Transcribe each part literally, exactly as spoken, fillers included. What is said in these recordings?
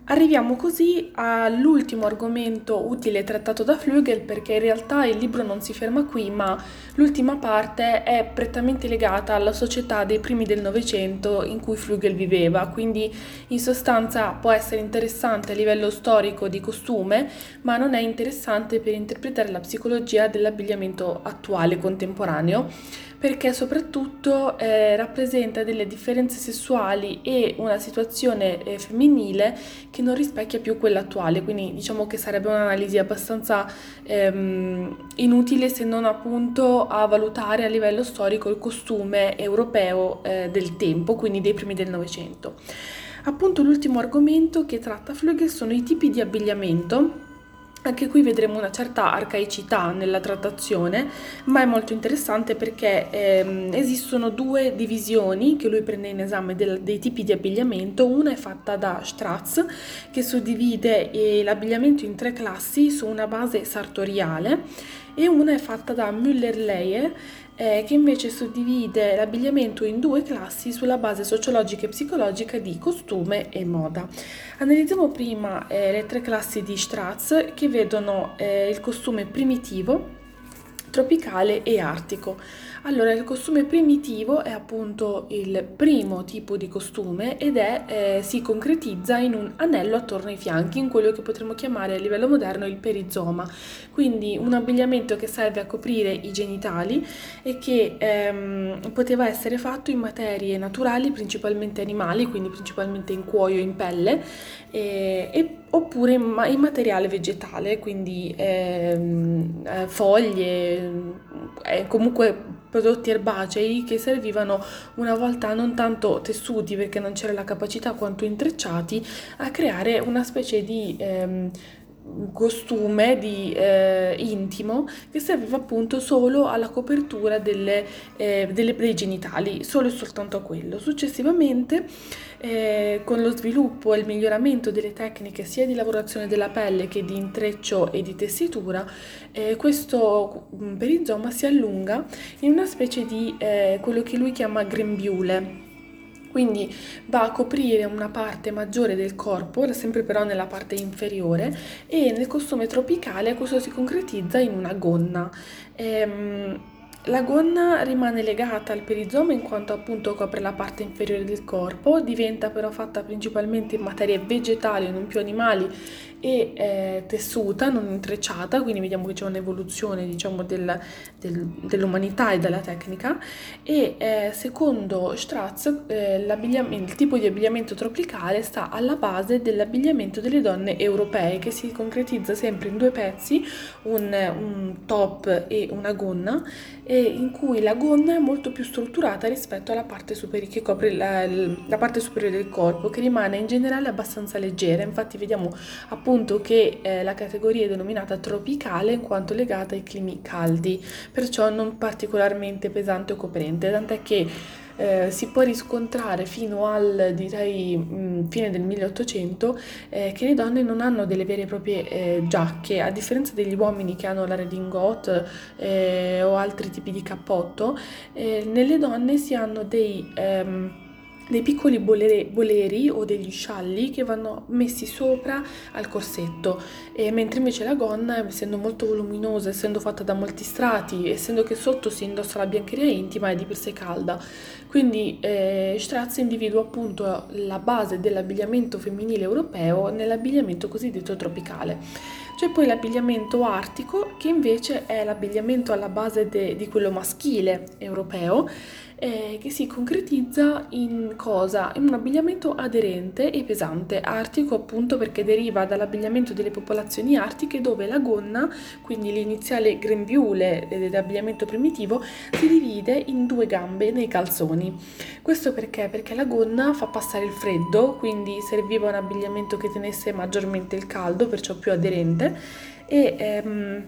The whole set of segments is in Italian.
Arriviamo così all'ultimo argomento utile trattato da Flügel, perché in realtà il libro non si ferma qui, ma l'ultima parte è prettamente legata alla società dei primi del Novecento in cui Flügel viveva, quindi in sostanza può essere interessante a livello storico di costume, ma non è interessante per interpretare la psicologia dell'abbigliamento attuale, contemporaneo, perché soprattutto eh, rappresenta delle differenze sessuali e una situazione eh, femminile che non rispecchia più quella attuale, quindi diciamo che sarebbe un'analisi abbastanza ehm, inutile, se non appunto a valutare a livello storico il costume europeo eh, del tempo, quindi dei primi del Novecento. Appunto l'ultimo argomento che tratta Flügel sono i tipi di abbigliamento. Anche qui vedremo una certa arcaicità nella trattazione, ma è molto interessante perché ehm, esistono due divisioni che lui prende in esame del- dei tipi di abbigliamento. Una è fatta da Stratz, che suddivide eh, l'abbigliamento in tre classi su una base sartoriale, e una è fatta da Müller-Leye, eh, che invece suddivide l'abbigliamento in due classi sulla base sociologica e psicologica di costume e moda. Analizziamo prima eh, le tre classi di Stratz, che vedono eh, il costume primitivo, tropicale e artico. Allora, il costume primitivo è appunto il primo tipo di costume ed è, eh, si concretizza in un anello attorno ai fianchi, in quello che potremmo chiamare a livello moderno il perizoma, quindi un abbigliamento che serve a coprire i genitali e che ehm, poteva essere fatto in materie naturali, principalmente animali, quindi principalmente in cuoio e in pelle, e, e- oppure in, ma- in materiale vegetale, quindi ehm, eh, foglie, eh, comunque prodotti erbacei che servivano una volta non tanto tessuti perché non c'era la capacità quanto intrecciati a creare una specie di ehm, costume di eh, intimo che serviva appunto solo alla copertura delle, eh, delle- dei genitali, solo e soltanto a quello. Successivamente, eh, con lo sviluppo e il miglioramento delle tecniche sia di lavorazione della pelle che di intreccio e di tessitura, eh, questo mm, perizoma si allunga in una specie di eh, quello che lui chiama grembiule. Quindi va a coprire una parte maggiore del corpo, sempre però nella parte inferiore, e nel costume tropicale questo si concretizza in una gonna. Ehm, la gonna rimane legata al perizoma in quanto appunto copre la parte inferiore del corpo, diventa però fatta principalmente in materie vegetali, non più animali, e eh, tessuta, non intrecciata, quindi vediamo che c'è un'evoluzione, diciamo, del- del- dell'umanità e della tecnica. E eh, secondo Stratz eh, l'abbigliam- il tipo di abbigliamento tropicale sta alla base dell'abbigliamento delle donne europee, che si concretizza sempre in due pezzi, un, un top e una gonna, e in cui la gonna è molto più strutturata rispetto alla parte superiore, che copre la, la parte superiore del corpo, che rimane in generale abbastanza leggera. Infatti vediamo appunto che eh, la categoria è denominata tropicale in quanto legata ai climi caldi, perciò non particolarmente pesante o coprente, tant'è che eh, si può riscontrare fino al, direi, mh, fine del milleottocento, eh, che le donne non hanno delle vere e proprie eh, giacche, a differenza degli uomini che hanno la redingote eh, o altri tipi di cappotto. Eh, nelle donne si hanno dei... ehm, dei piccoli bolere- boleri o degli scialli che vanno messi sopra al corsetto, e mentre invece la gonna, essendo molto voluminosa, essendo fatta da molti strati, essendo che sotto si indossa la biancheria intima, è di per sé calda. Quindi eh, Strazz individua appunto la base dell'abbigliamento femminile europeo nell'abbigliamento cosiddetto tropicale. C'è poi l'abbigliamento artico, che invece è l'abbigliamento alla base de- di quello maschile europeo, eh, che si concretizza in cosa? In un abbigliamento aderente e pesante, artico appunto perché deriva dall'abbigliamento delle popolazioni artiche, dove la gonna, quindi l'iniziale grembiule dell'abbigliamento primitivo, si divide in due gambe nei calzoni. Questo perché? Perché la gonna fa passare il freddo, quindi serviva un abbigliamento che tenesse maggiormente il caldo, perciò più aderente, e, ehm,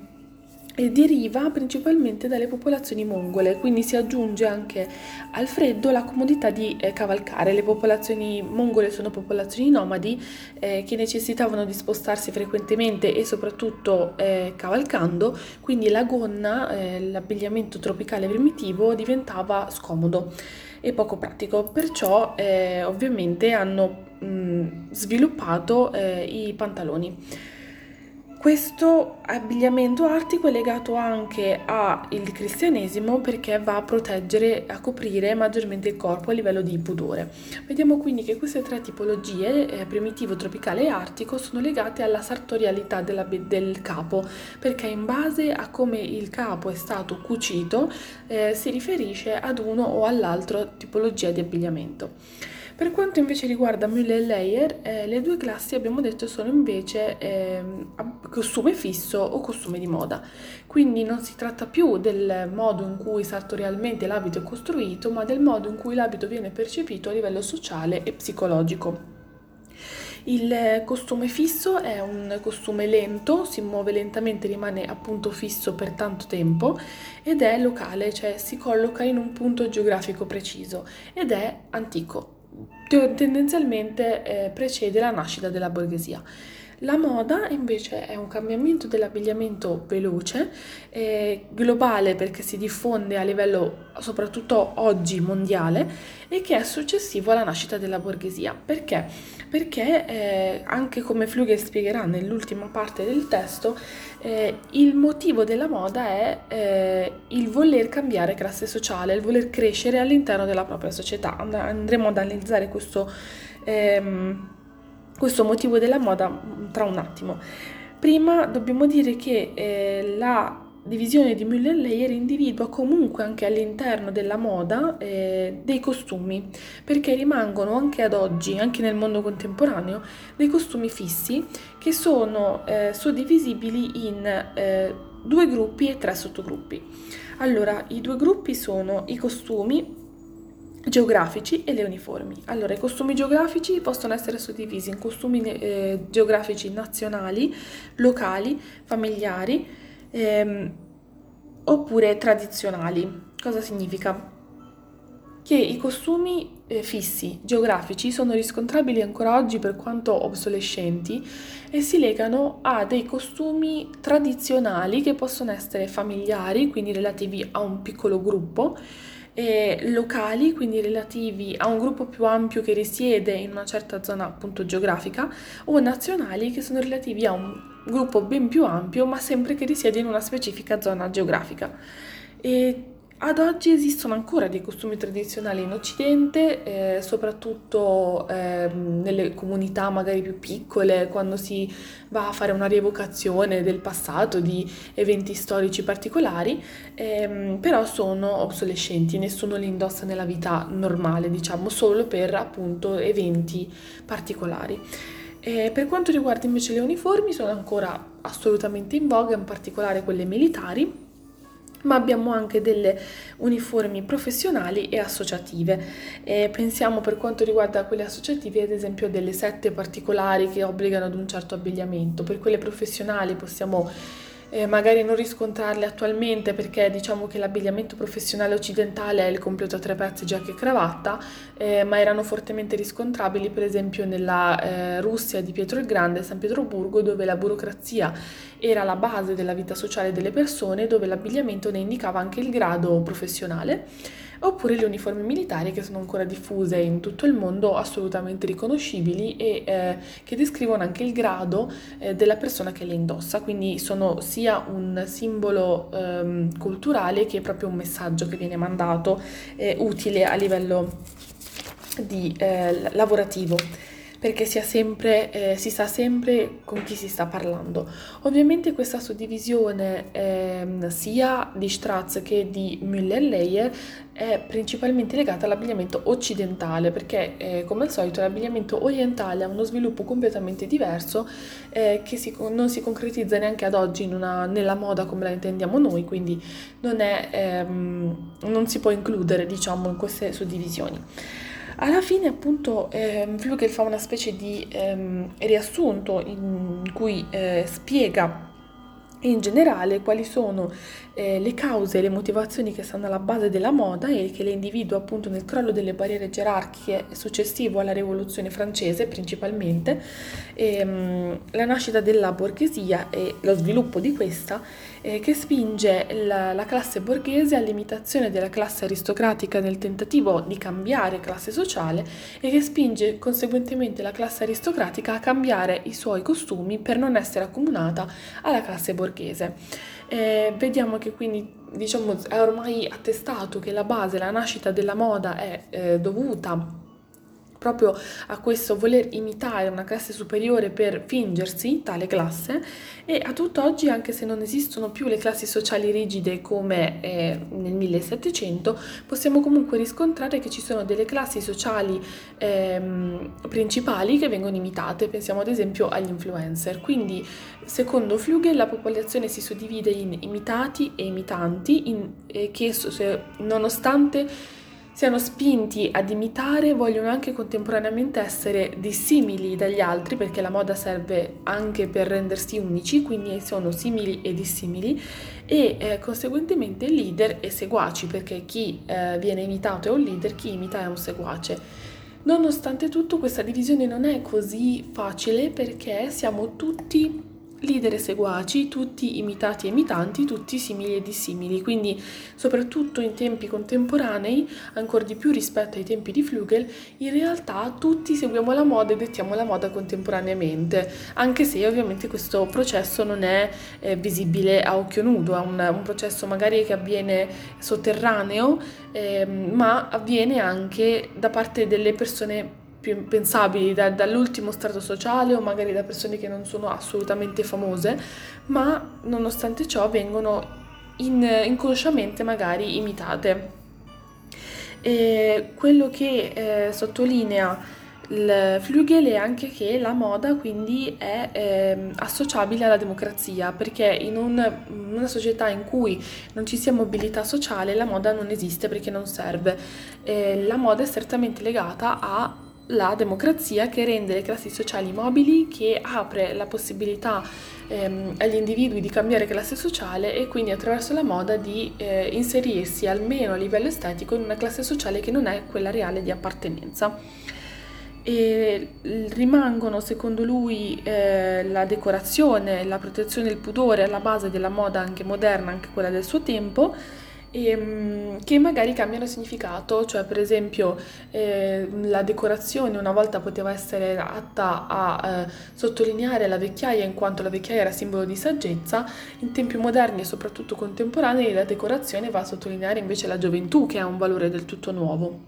e deriva principalmente dalle popolazioni mongole, quindi si aggiunge anche al freddo la comodità di eh, cavalcare. Le popolazioni mongole sono popolazioni nomadi eh, che necessitavano di spostarsi frequentemente e soprattutto eh, cavalcando, quindi la gonna, eh, l'abbigliamento tropicale primitivo, diventava scomodo e poco pratico, perciò eh, ovviamente hanno mh, sviluppato eh, i pantaloni. Questo abbigliamento artico è legato anche al cristianesimo perché va a proteggere, a coprire maggiormente il corpo a livello di pudore. Vediamo quindi che queste tre tipologie, eh, primitivo, tropicale e artico, sono legate alla sartorialità della, del capo, perché in base a come il capo è stato cucito eh, si riferisce ad uno o all'altro tipologia di abbigliamento. Per quanto invece riguarda Müller e Lyer, eh, le due classi abbiamo detto sono invece eh, costume fisso o costume di moda. Quindi non si tratta più del modo in cui sartorialmente l'abito è costruito, ma del modo in cui l'abito viene percepito a livello sociale e psicologico. Il costume fisso è un costume lento, si muove lentamente, rimane appunto fisso per tanto tempo ed è locale, cioè si colloca in un punto geografico preciso ed è antico. Tendenzialmente eh, precede la nascita della borghesia. La moda invece è un cambiamento dell'abbigliamento veloce, eh, globale perché si diffonde a livello soprattutto oggi mondiale e che è successivo alla nascita della borghesia. Perché? Perché eh, anche come Flügel spiegherà nell'ultima parte del testo, eh, il motivo della moda è eh, il voler cambiare classe sociale, il voler crescere all'interno della propria società. And- andremo ad analizzare questo, ehm, questo motivo della moda tra un attimo. Prima dobbiamo dire che eh, la divisione di Müller-Lyer individua comunque anche all'interno della moda eh, dei costumi, perché rimangono anche ad oggi, anche nel mondo contemporaneo, dei costumi fissi che sono eh, suddivisibili in eh, due gruppi e tre sottogruppi. Allora, i due gruppi sono i costumi geografici e le uniformi. Allora, i costumi geografici possono essere suddivisi in costumi eh, geografici nazionali, locali, familiari, ehm, oppure tradizionali. Cosa significa? Che i costumi eh, fissi geografici sono riscontrabili ancora oggi per quanto obsolescenti e si legano a dei costumi tradizionali che possono essere familiari, quindi relativi a un piccolo gruppo, e locali, quindi relativi a un gruppo più ampio che risiede in una certa zona appunto geografica, o nazionali che sono relativi a un gruppo ben più ampio ma sempre che risiede in una specifica zona geografica. E ad oggi esistono ancora dei costumi tradizionali in Occidente, eh, soprattutto eh, nelle comunità magari più piccole, quando si va a fare una rievocazione del passato, di eventi storici particolari, ehm, però sono obsolescenti, nessuno li indossa nella vita normale, diciamo, solo per appunto eventi particolari. E per quanto riguarda invece le uniformi, sono ancora assolutamente in voga, in particolare quelle militari, ma abbiamo anche delle uniformi professionali e associative. E pensiamo per quanto riguarda quelle associative ad esempio delle sette particolari che obbligano ad un certo abbigliamento. Per quelle professionali possiamo eh, magari non riscontrarle attualmente perché diciamo che l'abbigliamento professionale occidentale è il completo a tre pezzi, giacca e cravatta, eh, ma erano fortemente riscontrabili per esempio nella eh, Russia di Pietro il Grande, San Pietroburgo, dove la burocrazia era la base della vita sociale delle persone, dove l'abbigliamento ne indicava anche il grado professionale, oppure le uniformi militari che sono ancora diffuse in tutto il mondo, assolutamente riconoscibili e eh, che descrivono anche il grado eh, della persona che le indossa, quindi sono sia un simbolo ehm, culturale che proprio un messaggio che viene mandato eh, utile a livello di eh, lavorativo, perché sia sempre, eh, si sa sempre con chi si sta parlando. Ovviamente questa suddivisione ehm, sia di Stratz che di Müller-Lyer è principalmente legata all'abbigliamento occidentale, perché eh, come al solito l'abbigliamento orientale ha uno sviluppo completamente diverso eh, che si, non si concretizza neanche ad oggi in una, nella moda come la intendiamo noi, quindi non, è, ehm, non si può includere, diciamo, in queste suddivisioni. Alla fine appunto ehm, Flügel fa una specie di ehm, riassunto in cui eh, spiega e in generale quali sono eh, le cause e le motivazioni che stanno alla base della moda e che le individua appunto nel crollo delle barriere gerarchiche successivo alla Rivoluzione francese principalmente, ehm, la nascita della borghesia e lo sviluppo di questa eh, che spinge la, la classe borghese all'imitazione della classe aristocratica nel tentativo di cambiare classe sociale e che spinge conseguentemente la classe aristocratica a cambiare i suoi costumi per non essere accomunata alla classe borghese. Eh, vediamo che quindi diciamo è ormai attestato che la base, la nascita della moda è eh, dovuta proprio a questo voler imitare una classe superiore per fingersi tale classe e a tutt'oggi, anche se non esistono più le classi sociali rigide come eh, nel millesettecento, possiamo comunque riscontrare che ci sono delle classi sociali ehm, principali che vengono imitate. Pensiamo ad esempio agli influencer. Quindi secondo Flügel la popolazione si suddivide in imitati e imitanti in, eh, che se, nonostante siano spinti ad imitare, vogliono anche contemporaneamente essere dissimili dagli altri, perché la moda serve anche per rendersi unici, quindi sono simili e dissimili, e eh, conseguentemente leader e seguaci, perché chi eh, viene imitato è un leader, chi imita è un seguace. Nonostante tutto, questa divisione non è così facile perché siamo tutti leader e seguaci, tutti imitati e imitanti, tutti simili e dissimili, quindi soprattutto in tempi contemporanei, ancora di più rispetto ai tempi di Flügel, in realtà tutti seguiamo la moda e dettiamo la moda contemporaneamente, anche se ovviamente questo processo non è eh, visibile a occhio nudo, è un, un processo magari che avviene sotterraneo, eh, ma avviene anche da parte delle persone più pensabili, da, dall'ultimo strato sociale o magari da persone che non sono assolutamente famose, ma nonostante ciò vengono in, inconsciamente magari imitate. E quello che eh, sottolinea il Flügel è anche che la moda quindi è eh, associabile alla democrazia, perché in un, una società in cui non ci sia mobilità sociale la moda non esiste perché non serve. Eh, la moda è strettamente legata a la democrazia che rende le classi sociali mobili, che apre la possibilità ehm, agli individui di cambiare classe sociale e quindi attraverso la moda di eh, inserirsi almeno a livello estetico in una classe sociale che non è quella reale di appartenenza. E rimangono secondo lui eh, la decorazione, la protezione del pudore alla base della moda anche moderna, anche quella del suo tempo, e, che magari cambiano significato, cioè per esempio eh, la decorazione una volta poteva essere atta a eh, sottolineare la vecchiaia in quanto la vecchiaia era simbolo di saggezza, in tempi moderni e soprattutto contemporanei la decorazione va a sottolineare invece la gioventù, che ha un valore del tutto nuovo.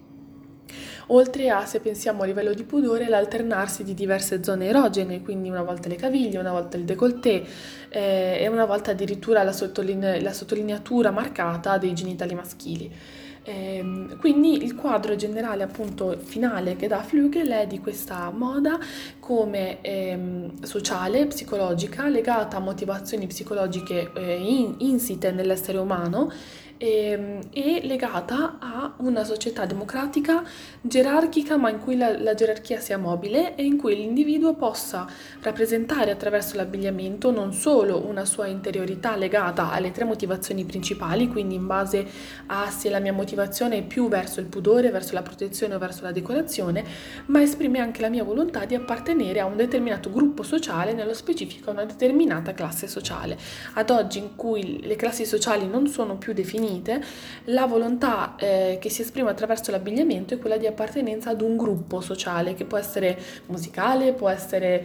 Oltre a, se pensiamo a livello di pudore, l'alternarsi di diverse zone erogene, quindi una volta le caviglie, una volta il décolleté eh, e una volta addirittura la, sottoline- la sottolineatura marcata dei genitali maschili. Eh, quindi il quadro generale appunto finale che dà Flügel è di questa moda come ehm, sociale, psicologica, legata a motivazioni psicologiche eh, in- insite nell'essere umano e, e legata a una società democratica, gerarchica, ma in cui la, la gerarchia sia mobile e in cui l'individuo possa rappresentare attraverso l'abbigliamento non solo una sua interiorità legata alle tre motivazioni principali, quindi in base a se la mia motivazione è più verso il pudore, verso la protezione o verso la decorazione, ma esprime anche la mia volontà di appartenere a un determinato gruppo sociale, nello specifico a una determinata classe sociale. Ad oggi, in cui le classi sociali non sono più definite, la volontà eh, che si esprime attraverso l'abbigliamento è quella di appartenenza ad un gruppo sociale, che può essere musicale, può essere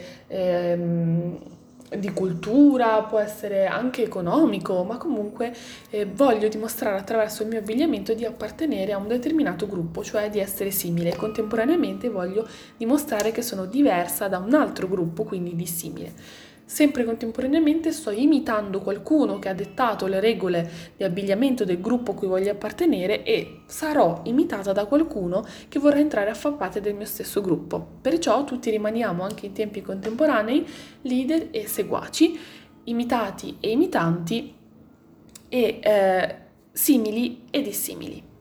ehm, di cultura, può essere anche economico, ma comunque eh, voglio dimostrare attraverso il mio abbigliamento di appartenere a un determinato gruppo, cioè di essere simile. Contemporaneamente voglio dimostrare che sono diversa da un altro gruppo, quindi dissimile. Sempre contemporaneamente sto imitando qualcuno che ha dettato le regole di abbigliamento del gruppo a cui voglio appartenere e sarò imitata da qualcuno che vorrà entrare a far parte del mio stesso gruppo. Perciò tutti rimaniamo anche in tempi contemporanei leader e seguaci, imitati e imitanti e eh, simili e dissimili.